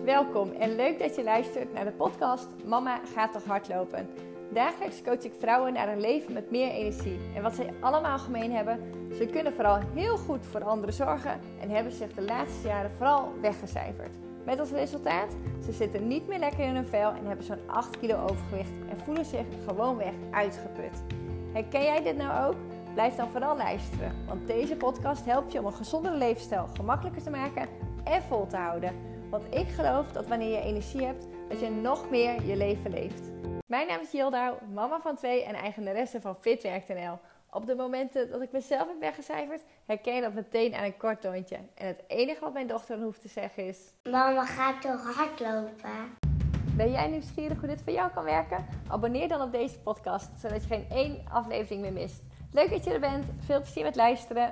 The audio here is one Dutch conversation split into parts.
welkom en leuk dat je luistert naar de podcast Mama gaat toch hardlopen. Dagelijks coach ik vrouwen naar een leven met meer energie. En wat zij allemaal gemeen hebben, ze kunnen vooral heel goed voor anderen zorgen en hebben zich de laatste jaren vooral weggecijferd. Met als resultaat, ze zitten niet meer lekker in hun vel en hebben zo'n 8 kilo overgewicht en voelen zich gewoonweg uitgeput. Herken jij dit nou ook? Blijf dan vooral luisteren, want deze podcast helpt je om een gezondere levensstijl gemakkelijker te maken en vol te houden. Want ik geloof dat wanneer je energie hebt, dat je nog meer je leven leeft. Mijn naam is Jildau, mama van 2 en eigenaresse van Fitwerk.nl. Op de momenten dat ik mezelf heb weggecijferd, herken je dat meteen aan een kort lontje. En het enige wat mijn dochter dan hoeft te zeggen is: Mama gaat toch hardlopen? Ben jij nieuwsgierig hoe dit voor jou kan werken? Abonneer dan op deze podcast, zodat je geen 1 aflevering meer mist. Leuk dat je er bent. Veel plezier met luisteren.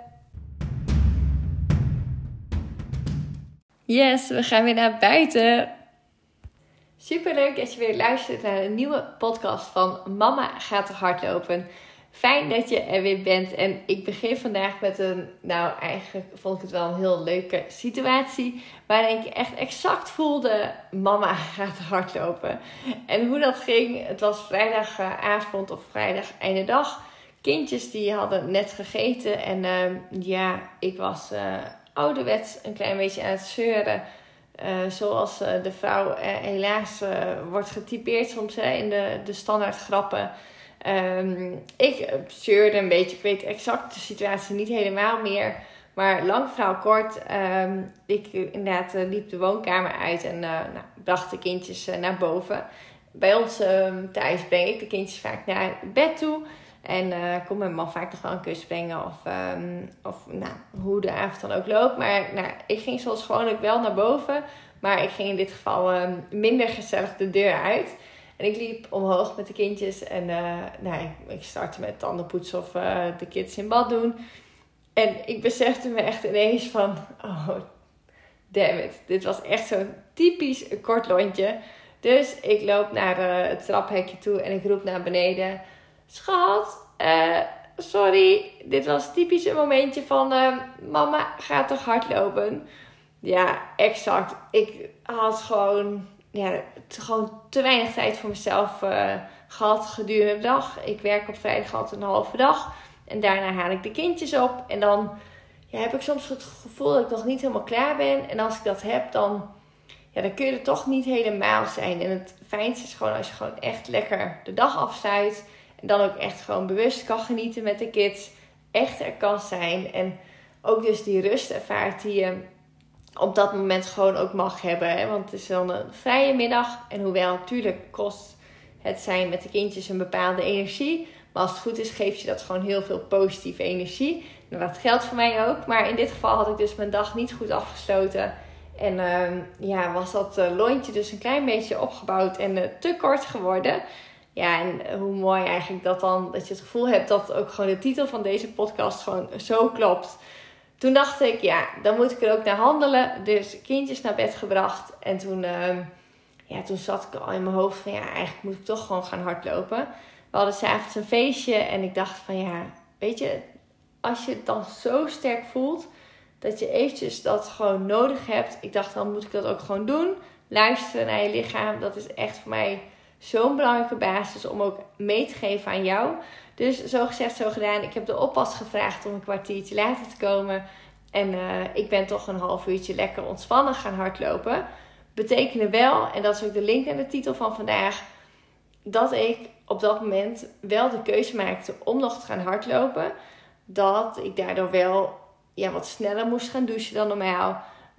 Yes, we gaan weer naar buiten. Superleuk dat je weer luistert naar een nieuwe podcast van Mama gaat toch hardlopen. Fijn dat je er weer bent. En ik begin vandaag met eigenlijk vond ik het wel een heel leuke situatie. Waarin ik echt exact voelde: mama gaat hardlopen. En hoe dat ging, het was vrijdagavond of vrijdag einde dag. Kindjes die hadden net gegeten. En ik was ouderwets een klein beetje aan het zeuren. Zoals de vrouw helaas wordt getypeerd soms in de standaard grappen. Ik zeurde een beetje. Ik weet exact de situatie niet helemaal meer. Maar lang verhaal kort. Ik liep de woonkamer uit en bracht de kindjes naar boven. Bij ons thuis breng ik de kindjes vaak naar bed toe. En kon mijn man vaak nog wel een kus brengen. Of hoe de avond dan ook loopt. Maar ik ging zoals gewoonlijk wel naar boven. Maar ik ging in dit geval minder gezellig de deur uit. En ik liep omhoog met de kindjes. En ik startte met tandenpoetsen of de kids in bad doen. En ik besefte me echt ineens van: oh, damn it. Dit was echt zo'n typisch kort lontje. Dus ik loop naar het traphekje toe en ik roep naar beneden: Schat, sorry, dit was typisch een momentje van mama gaat toch hardlopen. Ja, exact. Ik had gewoon te weinig tijd voor mezelf gehad gedurende de dag. Ik werk op vrijdag altijd een halve dag. En daarna haal ik de kindjes op. En dan heb ik soms het gevoel dat ik nog niet helemaal klaar ben. En als ik dat heb, dan kun je er toch niet helemaal zijn. En het fijnste is gewoon als je gewoon echt lekker de dag afsluit. En dan ook echt gewoon bewust kan genieten met de kids. Echt er kan zijn. En ook dus die rust ervaart die je op dat moment gewoon ook mag hebben. Hè? Want het is dan een vrije middag. En hoewel natuurlijk kost het zijn met de kindjes een bepaalde energie. Maar als het goed is, geeft je dat gewoon heel veel positieve energie. Nou, dat geldt voor mij ook. Maar in dit geval had ik dus mijn dag niet goed afgesloten. En was dat lontje dus een klein beetje opgebouwd en te kort geworden. Ja, en hoe mooi eigenlijk dat je het gevoel hebt dat ook gewoon de titel van deze podcast gewoon zo klopt. Toen dacht ik, dan moet ik er ook naar handelen. Dus kindjes naar bed gebracht. En toen zat ik al in mijn hoofd van eigenlijk moet ik toch gewoon gaan hardlopen. We hadden 's avonds een feestje en ik dacht van weet je, als je het dan zo sterk voelt dat je eventjes dat gewoon nodig hebt. Ik dacht, dan moet ik dat ook gewoon doen. Luisteren naar je lichaam, dat is echt voor mij zo'n belangrijke basis om ook mee te geven aan jou. Dus zo gezegd, zo gedaan. Ik heb de oppas gevraagd om een kwartiertje later te komen. En ik ben toch een half uurtje lekker ontspannen gaan hardlopen. Betekende wel, en dat is ook de link naar de titel van vandaag, dat ik op dat moment wel de keuze maakte om nog te gaan hardlopen. Dat ik daardoor wel wat sneller moest gaan douchen dan normaal.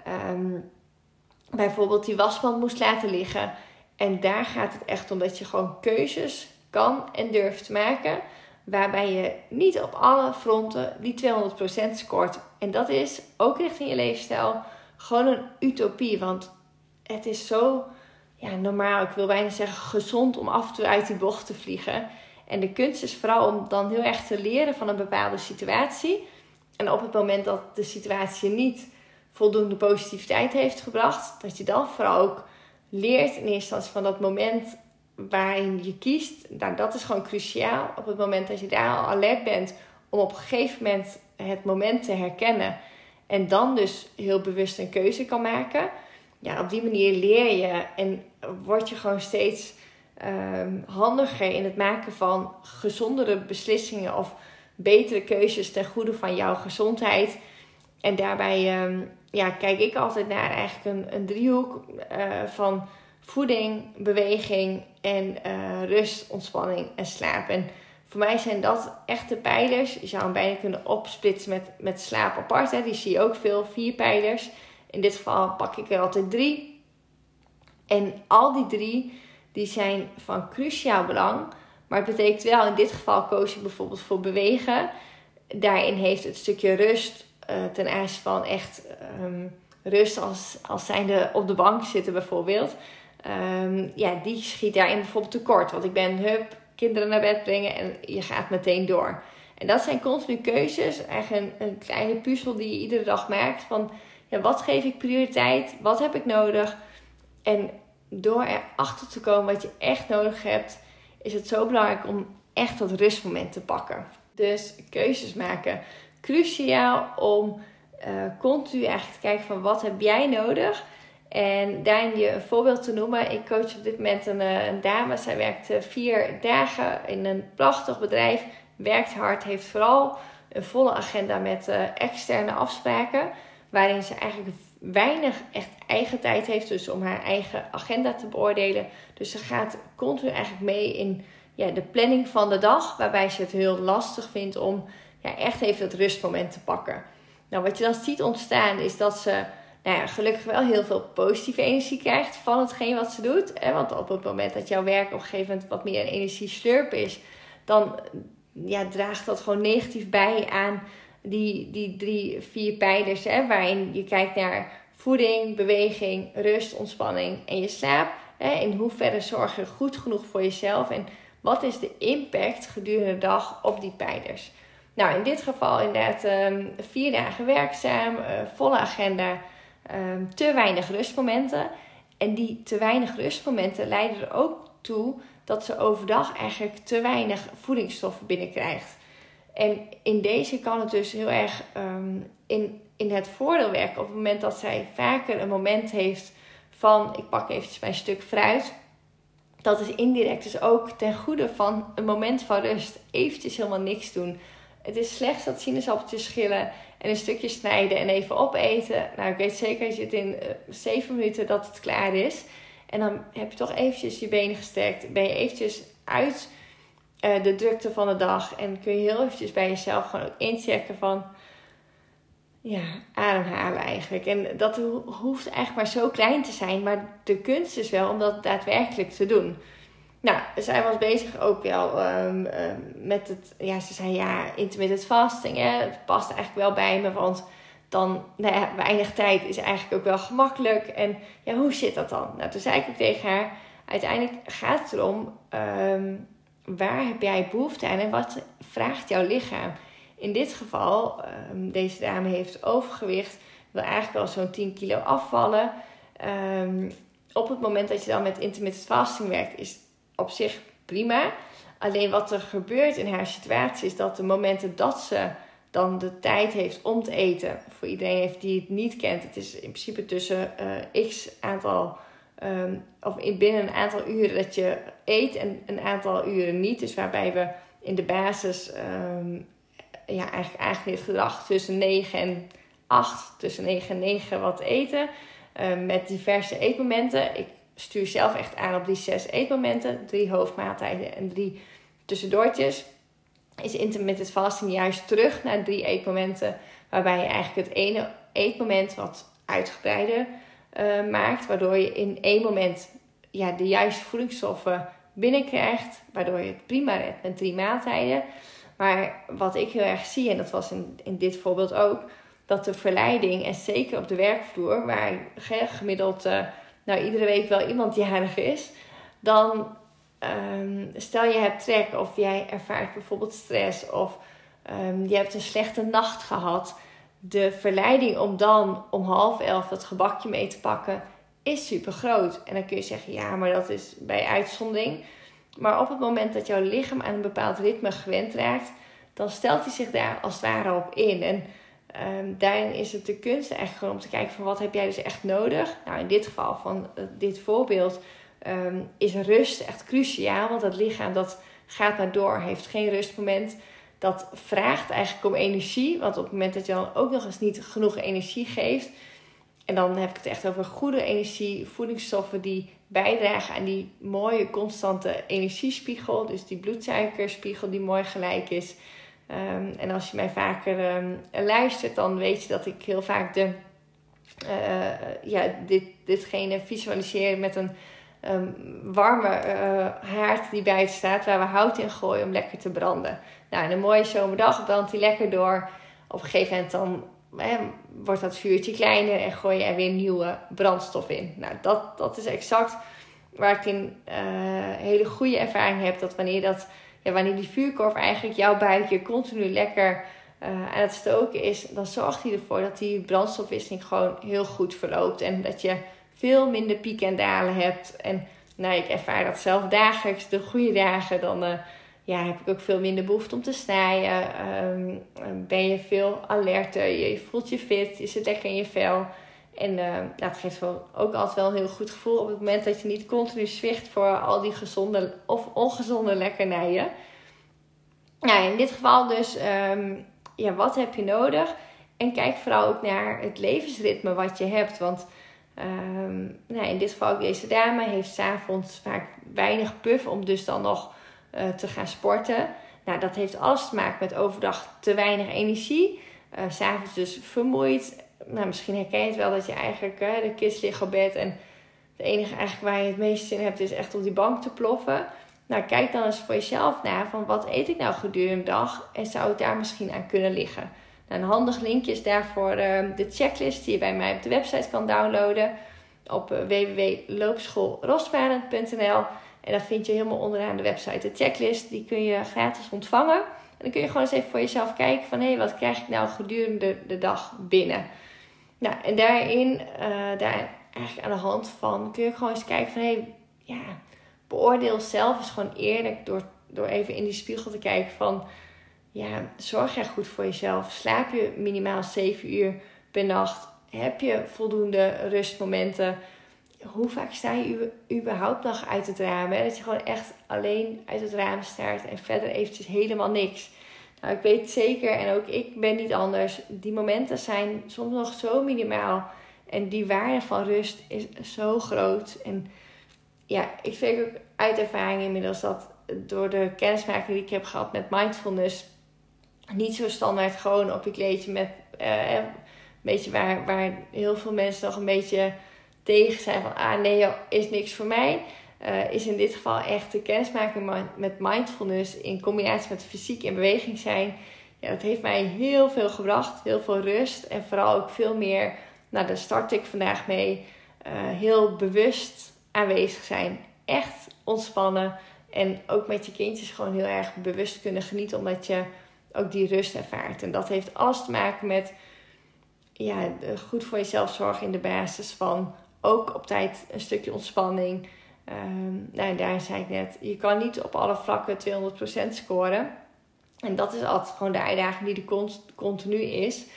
Bijvoorbeeld die wasmand moest laten liggen. En daar gaat het echt om dat je gewoon keuzes kan en durft te maken. Waarbij je niet op alle fronten die 200% scoort. En dat is ook richting je levensstijl gewoon een utopie. Want het is zo normaal, ik wil bijna zeggen gezond om af en toe uit die bocht te vliegen. En de kunst is vooral om dan heel erg te leren van een bepaalde situatie. En op het moment dat de situatie niet voldoende positiviteit heeft gebracht, dat je dan vooral ook leert in eerste instantie van dat moment waarin je kiest. Nou, dat is gewoon cruciaal. Op het moment dat je daar al alert bent om op een gegeven moment het moment te herkennen en dan dus heel bewust een keuze kan maken. op die manier leer je en word je gewoon steeds handiger in het maken van gezondere beslissingen of betere keuzes ten goede van jouw gezondheid. En daarbij kijk ik altijd naar eigenlijk een driehoek van voeding, beweging en rust, ontspanning en slaap. En voor mij zijn dat echt de pijlers. Je zou hem bijna kunnen opsplitsen met slaap apart. Hè. Die zie je ook veel, 4 pijlers. In dit geval pak ik er altijd 3. En al die 3 die zijn van cruciaal belang. Maar het betekent wel, in dit geval koos ik bijvoorbeeld voor bewegen. Daarin heeft het stukje rust ten aanzien van echt rust als zijnde op de bank zitten bijvoorbeeld. Die schiet daarin bijvoorbeeld tekort. Want ik ben kinderen naar bed brengen en je gaat meteen door. En dat zijn continu keuzes. Eigenlijk een kleine puzzel die je iedere dag maakt. Van wat geef ik prioriteit? Wat heb ik nodig? En door erachter te komen wat je echt nodig hebt, is het zo belangrijk om echt dat rustmoment te pakken. Dus keuzes maken. Cruciaal om continu eigenlijk te kijken van wat heb jij nodig. En daarin je een voorbeeld te noemen. Ik coach op dit moment een dame. Zij werkt 4 dagen in een prachtig bedrijf. Werkt hard. Heeft vooral een volle agenda met externe afspraken. Waarin ze eigenlijk weinig echt eigen tijd heeft. Dus om haar eigen agenda te beoordelen. Dus ze gaat continu eigenlijk mee in de planning van de dag. Waarbij ze het heel lastig vindt om echt even dat rustmoment te pakken. Nou, wat je dan ziet ontstaan is dat ze gelukkig wel heel veel positieve energie krijgt van hetgeen wat ze doet. Want op het moment dat jouw werk op een gegeven moment wat meer een energieslurp is, dan draagt dat gewoon negatief bij aan die 4 pijlers. Waarin je kijkt naar voeding, beweging, rust, ontspanning en je slaap. In hoeverre zorg je goed genoeg voor jezelf en wat is de impact gedurende de dag op die pijlers. Nou, in dit geval inderdaad 4 dagen werkzaam, volle agenda, te weinig rustmomenten. En die te weinig rustmomenten leiden er ook toe dat ze overdag eigenlijk te weinig voedingsstoffen binnenkrijgt. En in deze kan het dus heel erg in het voordeel werken op het moment dat zij vaker een moment heeft van ik pak eventjes mijn stuk fruit. Dat is indirect dus ook ten goede van een moment van rust. Eventjes helemaal niks doen. Het is slechts dat sinaasappeltjes schillen en een stukje snijden en even opeten. Nou, ik weet zeker, je zit in 7 minuten dat het klaar is. En dan heb je toch eventjes je benen gestrekt. Ben je eventjes uit de drukte van de dag. En kun je heel eventjes bij jezelf gewoon ook inchecken van ademhalen eigenlijk. En dat hoeft eigenlijk maar zo klein te zijn. Maar de kunst is wel om dat daadwerkelijk te doen. Nou, zij was bezig ook wel met het... ze zei intermittent fasting. Het past eigenlijk wel bij me. Want dan, weinig tijd is eigenlijk ook wel gemakkelijk. En hoe zit dat dan? Nou, toen zei ik ook tegen haar... Uiteindelijk gaat het erom... waar heb jij behoefte aan? En wat vraagt jouw lichaam? In dit geval, deze dame heeft overgewicht. Wil eigenlijk wel zo'n 10 kilo afvallen. Op het moment dat je dan met intermittent fasting werkt... is op zich prima. Alleen wat er gebeurt in haar situatie is dat de momenten dat ze dan de tijd heeft om te eten. Voor iedereen heeft die het niet kent. Het is in principe tussen x aantal of binnen een aantal uren dat je eet en een aantal uren niet. Dus waarbij we in de basis eigenlijk aangeleerd gedrag tussen 9 en 8, tussen 9 en 9 wat eten. Met diverse eetmomenten. Ik stuur zelf echt aan op die 6 eetmomenten. 3 hoofdmaaltijden en 3 tussendoortjes. Is intermittent fasting juist terug naar 3 eetmomenten. Waarbij je eigenlijk het ene eetmoment wat uitgebreider maakt. Waardoor je in 1 moment de juiste voedingsstoffen binnenkrijgt. Waardoor je het prima redt met 3 maaltijden. Maar wat ik heel erg zie, en dat was in dit voorbeeld ook... dat de verleiding, en zeker op de werkvloer... waar gemiddeld iedere week wel iemand jarig is... dan stel je hebt trek of jij ervaart bijvoorbeeld stress... of je hebt een slechte nacht gehad... de verleiding om dan om 10:30 dat gebakje mee te pakken... is super groot. En dan kun je zeggen, maar dat is bij uitzondering... Maar op het moment dat jouw lichaam aan een bepaald ritme gewend raakt... dan stelt hij zich daar als het ware op in. En daarin is het de kunst eigenlijk gewoon om te kijken van wat heb jij dus echt nodig. Nou, in dit geval van dit voorbeeld is rust echt cruciaal. Want dat lichaam dat gaat maar door, heeft geen rustmoment. Dat vraagt eigenlijk om energie. Want op het moment dat je dan ook nog eens niet genoeg energie geeft. En dan heb ik het echt over goede energie, voedingsstoffen die bijdragen aan die mooie constante energiespiegel. Dus die bloedsuikerspiegel die mooi gelijk is. En als je mij vaker luistert, dan weet je dat ik heel vaak ditgene visualiseer met een warme haard die buiten staat, waar we hout in gooien om lekker te branden. Nou, en een mooie zomerdag brandt die lekker door. Op een gegeven moment dan wordt dat vuurtje kleiner en gooi je er weer nieuwe brandstof in. Nou, dat is exact waar ik een hele goede ervaring heb. Dat wanneer die vuurkorf eigenlijk jouw buikje continu lekker aan het stoken is, dan zorgt hij ervoor dat die brandstofwisseling gewoon heel goed verloopt. En dat je veel minder pieken en dalen hebt. En ik ervaar dat zelf dagelijks. De goede dagen, dan heb ik ook veel minder behoefte om te snijden. Ben je veel alerter. Je voelt je fit. Je zit lekker in je vel. En het geeft ook altijd wel een heel goed gevoel op het moment dat je niet continu zwicht voor al die gezonde of ongezonde lekkernijen. Nou, in dit geval dus, wat heb je nodig? En kijk vooral ook naar het levensritme wat je hebt. Want in dit geval ook deze dame heeft 's avonds vaak weinig puff om dus dan nog te gaan sporten. Nou, dat heeft alles te maken met overdag te weinig energie. 's avonds dus vermoeid. Nou, misschien herken je het wel dat je eigenlijk de kids liggen op bed. En het enige eigenlijk waar je het meest zin hebt is echt op die bank te ploffen. Nou, kijk dan eens voor jezelf naar van wat eet ik nou gedurende de dag. En zou het daar misschien aan kunnen liggen. Nou, een handig linkje is daarvoor de checklist die je bij mij op de website kan downloaden. Op www.loopschoolrostparend.nl. En dan vind je helemaal onderaan de website de checklist. Die kun je gratis ontvangen. En dan kun je gewoon eens even voor jezelf kijken van wat krijg ik nou gedurende de dag binnen. Nou, en daarin, daar eigenlijk aan de hand van, kun je gewoon eens kijken van beoordeel zelf eens gewoon eerlijk door even in die spiegel te kijken van, zorg jij goed voor jezelf? Slaap je minimaal 7 uur per nacht? Heb je voldoende rustmomenten? Hoe vaak sta je überhaupt nog uit het raam? Hè? Dat je gewoon echt alleen uit het raam staart en verder eventjes helemaal niks. Nou, ik weet zeker, en ook ik ben niet anders, die momenten zijn soms nog zo minimaal. En die waarde van rust is zo groot. En ik weet ook uit ervaring inmiddels dat door de kennismaking die ik heb gehad met mindfulness, niet zo standaard gewoon op je kleedje met een beetje waar heel veel mensen nog een beetje tegen zijn van nee joh, is niks voor mij. Is in dit geval echt de kennismaking met mindfulness in combinatie met fysiek in beweging zijn. Ja, dat heeft mij heel veel gebracht. Heel veel rust. En vooral ook veel meer, daar start ik vandaag mee, heel bewust aanwezig zijn. Echt ontspannen. En ook met je kindjes gewoon heel erg bewust kunnen genieten. Omdat je ook die rust ervaart. En dat heeft alles te maken met goed voor jezelf zorgen in de basis van ook op tijd een stukje ontspanning. Daar zei ik net, je kan niet op alle vlakken 200% scoren. En dat is altijd gewoon de uitdaging die er continu is.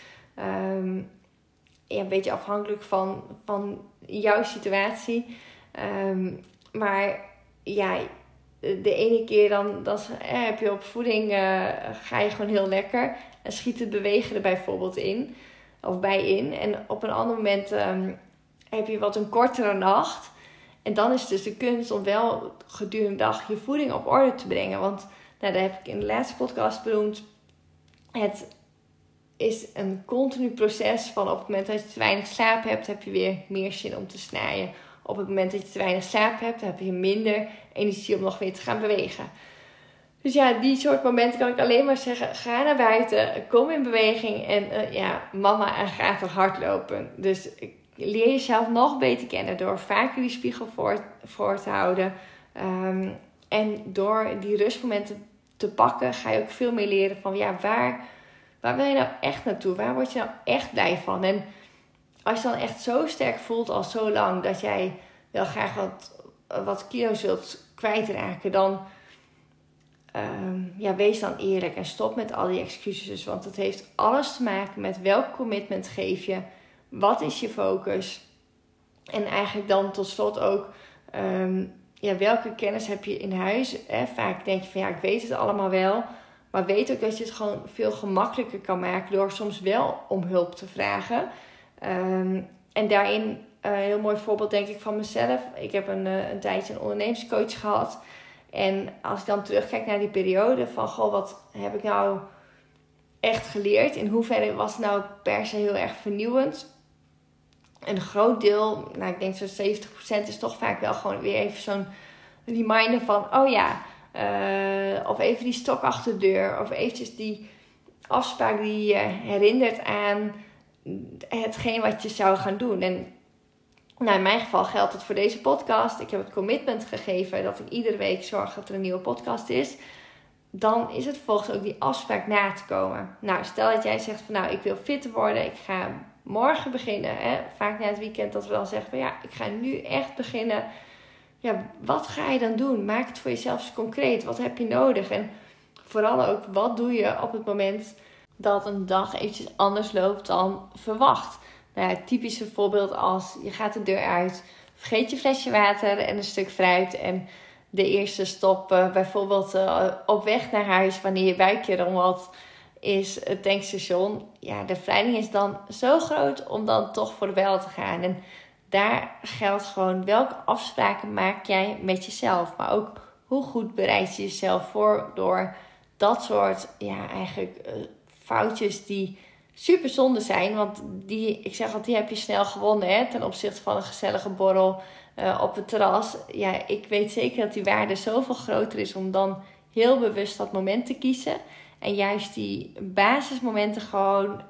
Een beetje afhankelijk van jouw situatie. Maar de ene keer dan heb je op voeding, ga je gewoon heel lekker. En schiet het bewegen er bijvoorbeeld in. Of bij in. En op een ander moment heb je wat een kortere nacht. En dan is dus de kunst om wel gedurende de dag je voeding op orde te brengen. Want daar heb ik in de laatste podcast benoemd. Het is een continu proces van op het moment dat je te weinig slaap hebt, heb je weer meer zin om te snijden. Op het moment dat je te weinig slaap hebt, heb je minder energie om nog weer te gaan bewegen. Dus die soort momenten kan ik alleen maar zeggen, ga naar buiten, kom in beweging en mama gaat er hardlopen. Dus leer jezelf nog beter kennen door vaker die spiegel voor te houden. En door die rustmomenten te pakken, ga je ook veel meer leren van waar wil je nou echt naartoe? Waar word je nou echt blij van? En als je dan echt zo sterk voelt al zo lang dat jij wel graag wat kilo zult kwijtraken, dan wees dan eerlijk en stop met al die excuses. Want het heeft alles te maken met welk commitment geef je. Wat is je focus? En eigenlijk dan tot slot ook, welke kennis heb je in huis? Vaak denk je van ik weet het allemaal wel. Maar weet ook dat je het gewoon veel gemakkelijker kan maken door soms wel om hulp te vragen. En daarin een heel mooi voorbeeld denk ik van mezelf. Ik heb een tijdje een ondernemingscoach gehad. En als ik dan terugkijk naar die periode van wat heb ik nou echt geleerd? In hoeverre was het nou per se heel erg vernieuwend? Een groot deel, ik denk zo'n 70% is toch vaak wel gewoon weer even zo'n reminder van of even die stok achter de deur. Of eventjes die afspraak die je herinnert aan hetgeen wat je zou gaan doen. En in mijn geval geldt het voor deze podcast. Ik heb het commitment gegeven dat ik iedere week zorg dat er een nieuwe podcast is. Dan is het volgens ook die afspraak na te komen. Stel dat jij zegt van ik wil fitter worden. Ik ga morgen beginnen. Vaak na het weekend dat we dan zeggen van ik ga nu echt beginnen. Ja, wat ga je dan doen? Maak het voor jezelf eens concreet. Wat heb je nodig? En vooral ook, wat doe je op het moment dat een dag eventjes anders loopt dan verwacht? Typische voorbeeld als je gaat de deur uit, vergeet je flesje water en een stuk fruit. En de eerste stop, bijvoorbeeld op weg naar huis, wanneer je buikje rommelt, is het tankstation. Ja, de verleiding is dan zo groot om dan toch voor de bel te gaan. En daar geldt gewoon welke afspraken maak jij met jezelf. Maar ook hoe goed bereid je jezelf voor door dat soort foutjes die super zonde zijn. Want die heb je snel gewonnen ten opzichte van een gezellige borrel op het terras. Ja, ik weet zeker dat die waarde zoveel groter is om dan heel bewust dat moment te kiezen. En juist die basismomenten gewoon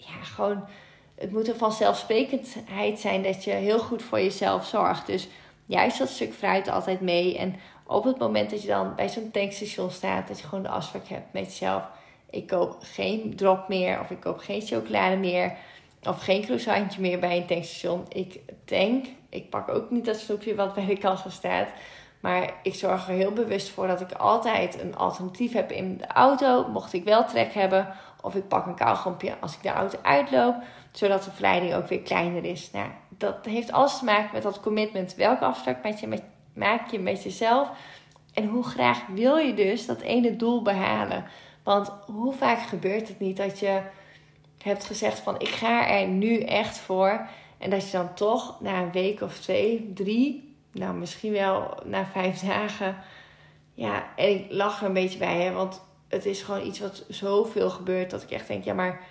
het moet een vanzelfsprekendheid zijn dat je heel goed voor jezelf zorgt. Dus juist dat stuk fruit altijd mee. En op het moment dat je dan bij zo'n tankstation staat, dat je gewoon de afspraak hebt met jezelf. Ik koop geen drop meer, of ik koop geen chocolade meer, of geen croissantje meer bij een tankstation. Ik pak ook niet dat snoepje wat bij de kassa staat. Maar ik zorg er heel bewust voor dat ik altijd een alternatief heb in de auto, mocht ik wel trek hebben. Of ik pak een kauwgompje als ik de auto uitloop, zodat de verleiding ook weer kleiner is. Dat heeft alles te maken met dat commitment. Welke afspraak maak je met jezelf? En hoe graag wil je dus dat ene doel behalen? Want hoe vaak gebeurt het niet dat je hebt gezegd van ik ga er nu echt voor. En dat je dan toch na een week of 2, 3, misschien wel na 5 dagen. Ja, en ik lach er een beetje bij. Want het is gewoon iets wat zoveel gebeurt. Dat ik echt denk,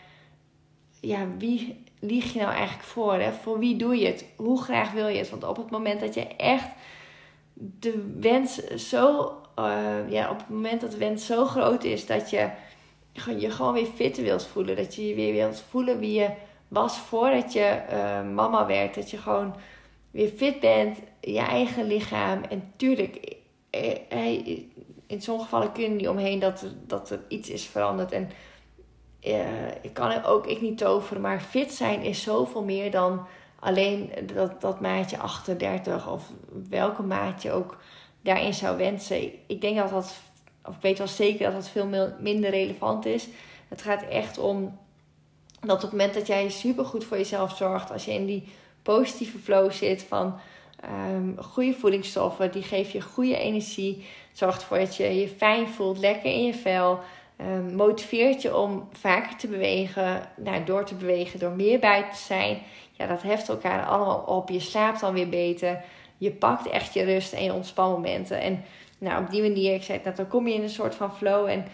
wie lieg je nou eigenlijk voor? Voor wie doe je het? Hoe graag wil je het? Want op het moment dat je echt de wens op het moment dat de wens zo groot is dat je gewoon weer fitter wilt voelen. Dat je je weer wilt voelen wie je was voordat je mama werd. Dat je gewoon weer fit bent, je eigen lichaam. En tuurlijk, in sommige gevallen kun je er niet omheen dat er iets is veranderd. En ik kan ook niet toveren, maar fit zijn is zoveel meer dan alleen dat maatje 38 of welke maat je ook daarin zou wensen. Ik denk ik weet wel zeker dat dat veel minder relevant is. Het gaat echt om dat op het moment dat jij super goed voor jezelf zorgt, als je in die positieve flow zit van goede voedingsstoffen, die geven je goede energie, zorgt ervoor dat je je fijn voelt, lekker in je vel, motiveert je om vaker te bewegen, door te bewegen, door meer buiten te zijn. Ja, dat heft elkaar allemaal op. Je slaapt dan weer beter. Je pakt echt je rust en je ontspanmomenten. En op die manier, ik zei het net, dan kom je in een soort van flow. En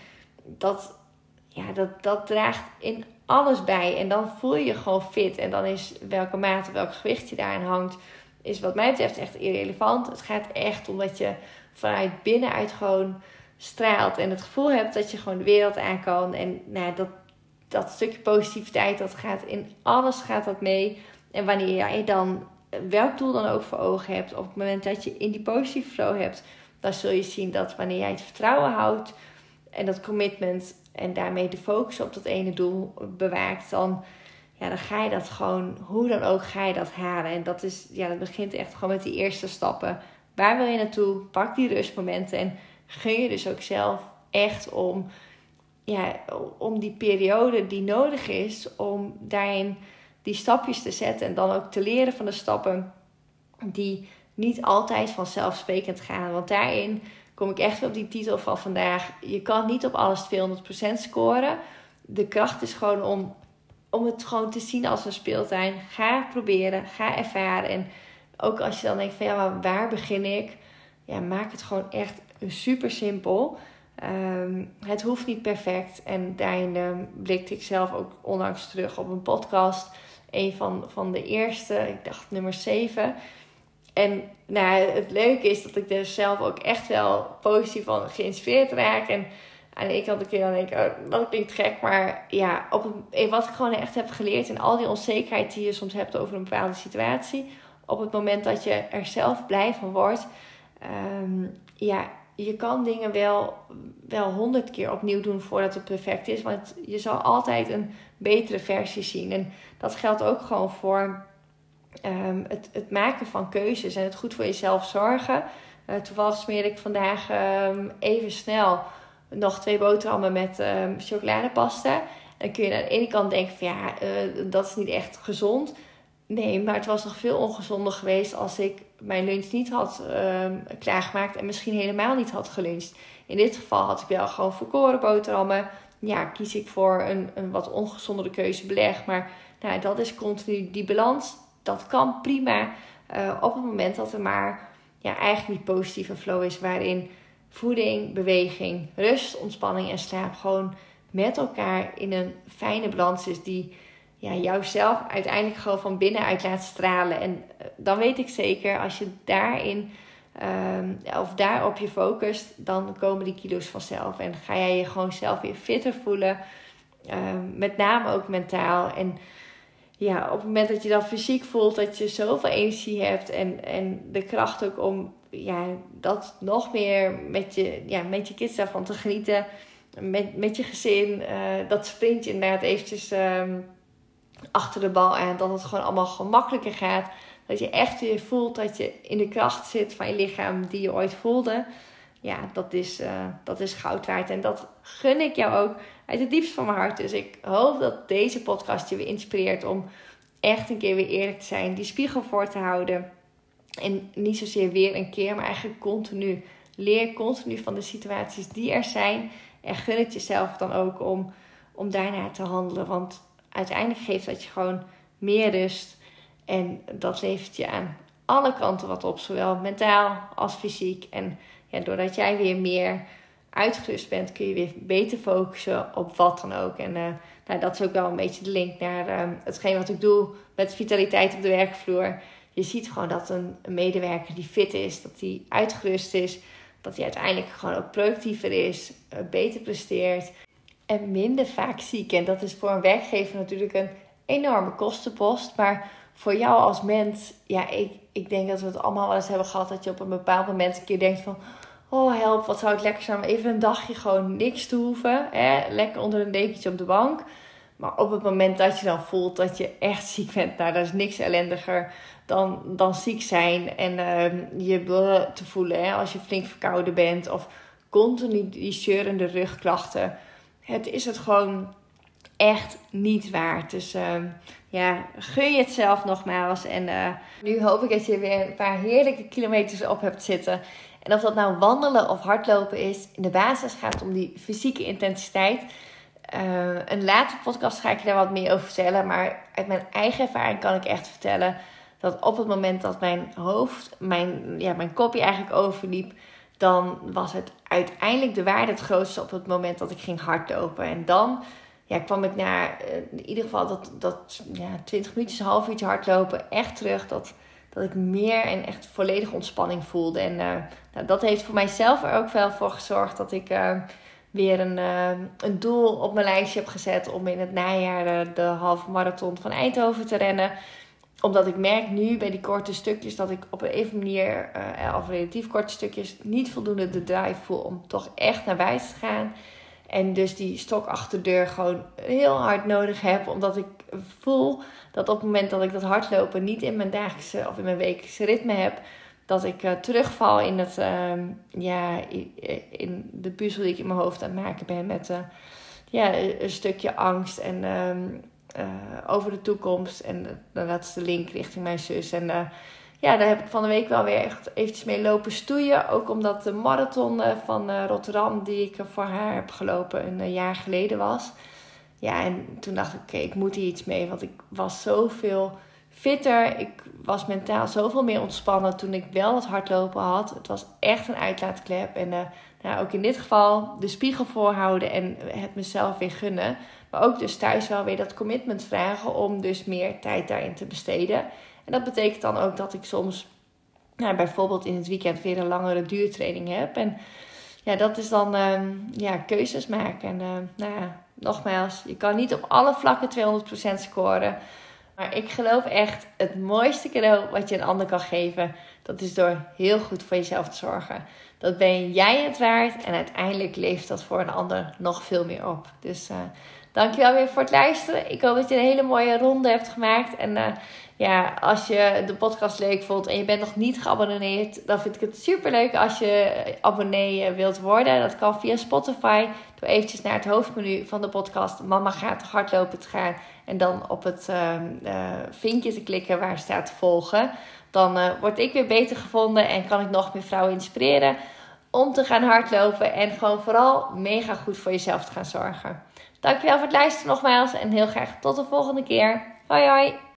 dat draagt in alles bij. En dan voel je je gewoon fit. En dan is welke mate, welk gewicht je daarin hangt, is wat mij betreft echt irrelevant. Het gaat echt om dat je vanuit binnenuit gewoon straalt. En het gevoel hebt dat je gewoon de wereld aan kan. En dat stukje positiviteit, dat gaat in alles gaat dat mee. En wanneer jij dan welk doel dan ook voor ogen hebt, op het moment dat je in die positieve flow hebt, dan zul je zien dat wanneer jij het vertrouwen houdt en dat commitment en daarmee de focus op dat ene doel bewaakt, dan ga je dat gewoon, hoe dan ook, ga je dat halen. En dat begint echt gewoon met die eerste stappen. Waar wil je naartoe? Pak die rustmomenten en gun je dus ook zelf echt om die periode die nodig is om daarin die stapjes te zetten en dan ook te leren van de stappen die niet altijd vanzelfsprekend gaan. Want daarin kom ik echt weer op die titel van vandaag. Je kan niet op alles 200% scoren. De kracht is gewoon om het gewoon te zien als een speeltuin. Ga proberen, ga ervaren. En ook als je dan denkt van maar waar begin ik? Ja, maak het gewoon echt super simpel. Het hoeft niet perfect. En daarin blikte ik zelf ook onlangs terug op een podcast. Een van de eerste, ik dacht nummer 7. En het leuke is dat ik er zelf ook echt wel positief van geïnspireerd raak. En aan de ene kant kun je dan denken, dat klinkt gek. Maar ja, wat ik gewoon echt heb geleerd en al die onzekerheid die je soms hebt over een bepaalde situatie. Op het moment dat je er zelf blij van wordt. Je kan dingen wel 100 keer opnieuw doen voordat het perfect is. Want je zal altijd een betere versie zien. En dat geldt ook gewoon voor het maken van keuzes en het goed voor jezelf zorgen. Toevallig smeerde ik vandaag even snel nog 2 boterhammen met chocoladepasta. En dan kun je aan de ene kant denken van dat is niet echt gezond. Nee, maar het was nog veel ongezonder geweest als ik mijn lunch niet had klaargemaakt en misschien helemaal niet had geluncht. In dit geval had ik wel gewoon volkoren boterhammen. Ja, kies ik voor een wat ongezondere keuze beleg. Maar dat is continu die balans. Dat kan prima op het moment dat er maar eigenlijk die positieve flow is. Waarin voeding, beweging, rust, ontspanning en slaap gewoon met elkaar in een fijne balans is. Die jouzelf uiteindelijk gewoon van binnenuit laat stralen. En dan weet ik zeker, als je daarin of daarop je focust, dan komen die kilo's vanzelf. En ga jij je gewoon zelf weer fitter voelen. Met name ook mentaal. En op het moment dat je dan fysiek voelt dat je zoveel energie hebt en de kracht ook om dat nog meer met je kids daarvan te genieten. Met je gezin. Dat sprintje inderdaad eventjes achter de bal aan. Dat het gewoon allemaal gemakkelijker gaat. Dat je echt weer voelt dat je in de kracht zit van je lichaam die je ooit voelde. Ja, dat is goud waard. En dat gun ik jou ook uit het diepst van mijn hart. Dus ik hoop dat deze podcast je weer inspireert om echt een keer weer eerlijk te zijn. Die spiegel voor te houden. En niet zozeer weer een keer, maar eigenlijk continu. Leer continu van de situaties die er zijn. En gun het jezelf dan ook om daarnaar te handelen. Want uiteindelijk geeft dat je gewoon meer rust. En dat levert je aan alle kanten wat op. Zowel mentaal als fysiek. En doordat jij weer meer uitgerust bent, kun je weer beter focussen op wat dan ook. En dat is ook wel een beetje de link naar hetgeen wat ik doe met vitaliteit op de werkvloer. Je ziet gewoon dat een medewerker die fit is, dat die uitgerust is, dat hij uiteindelijk gewoon ook productiever is, beter presteert en minder vaak ziek. En dat is voor een werkgever natuurlijk een enorme kostenpost. Maar voor jou als mens, ik denk dat we het allemaal wel eens hebben gehad, dat je op een bepaald moment een keer denkt van, oh help, wat zou het lekker zijn om even een dagje gewoon niks te hoeven. Lekker onder een dekentje op de bank. Maar op het moment dat je dan voelt dat je echt ziek bent, dat is niks ellendiger dan ziek zijn. En je te voelen als je flink verkouden bent. Of continu die zeurende rugklachten. Het is het gewoon echt niet waard. Dus gun je het zelf nogmaals. En nu hoop ik dat je weer een paar heerlijke kilometers op hebt zitten. En of dat nou wandelen of hardlopen is, in de basis gaat het om die fysieke intensiteit. Een latere podcast ga ik je daar wat meer over vertellen. Maar uit mijn eigen ervaring kan ik echt vertellen dat op het moment dat mijn hoofd, mijn kopje eigenlijk overliep, dan was het uiteindelijk de waarde het grootste op het moment dat ik ging hardlopen. En dan kwam ik na in ieder geval dat 20 minuutjes, een half uurtje hardlopen echt terug. Dat ik meer en echt volledige ontspanning voelde. En dat heeft voor mijzelf er ook wel voor gezorgd dat ik weer een doel op mijn lijstje heb gezet om in het najaar de halve marathon van Eindhoven te rennen. Omdat ik merk nu bij die korte stukjes dat ik op een even manier, of relatief korte stukjes, niet voldoende de drive voel om toch echt naar buiten te gaan. En dus die stok achter de deur gewoon heel hard nodig heb. Omdat ik voel dat op het moment dat ik dat hardlopen niet in mijn dagelijkse of in mijn wekelijkse ritme heb, dat ik terugval in het in de puzzel die ik in mijn hoofd aan het maken ben met een stukje angst en over de toekomst. En dat is de link richting mijn zus. En daar heb ik van de week wel weer echt eventjes mee lopen stoeien. Ook omdat de marathon van Rotterdam, die ik voor haar heb gelopen, een jaar geleden was. Ja, en toen dacht ik, oké, ik moet hier iets mee. Want ik was zoveel fitter. Ik was mentaal zoveel meer ontspannen toen ik wel het hardlopen had. Het was echt een uitlaatklep. En ook in dit geval de spiegel voorhouden en het mezelf weer gunnen. Maar ook dus thuis wel weer dat commitment vragen om dus meer tijd daarin te besteden. En dat betekent dan ook dat ik soms bijvoorbeeld in het weekend weer een langere duurtraining heb. En dat is dan keuzes maken. En nogmaals, je kan niet op alle vlakken 200% scoren. Maar ik geloof echt, het mooiste cadeau wat je een ander kan geven, dat is door heel goed voor jezelf te zorgen. Dat ben jij het waard en uiteindelijk levert dat voor een ander nog veel meer op. Dus dankjewel weer voor het luisteren. Ik hoop dat je een hele mooie ronde hebt gemaakt. En als je de podcast leuk vond en je bent nog niet geabonneerd, dan vind ik het superleuk als je abonnee wilt worden. Dat kan via Spotify. Door eventjes naar het hoofdmenu van de podcast Mama gaat hardlopen te gaan. En dan op het vinkje te klikken waar staat volgen. Dan word ik weer beter gevonden en kan ik nog meer vrouwen inspireren om te gaan hardlopen. En gewoon vooral mega goed voor jezelf te gaan zorgen. Dankjewel voor het luisteren nogmaals. En heel graag tot de volgende keer. Hoi hoi.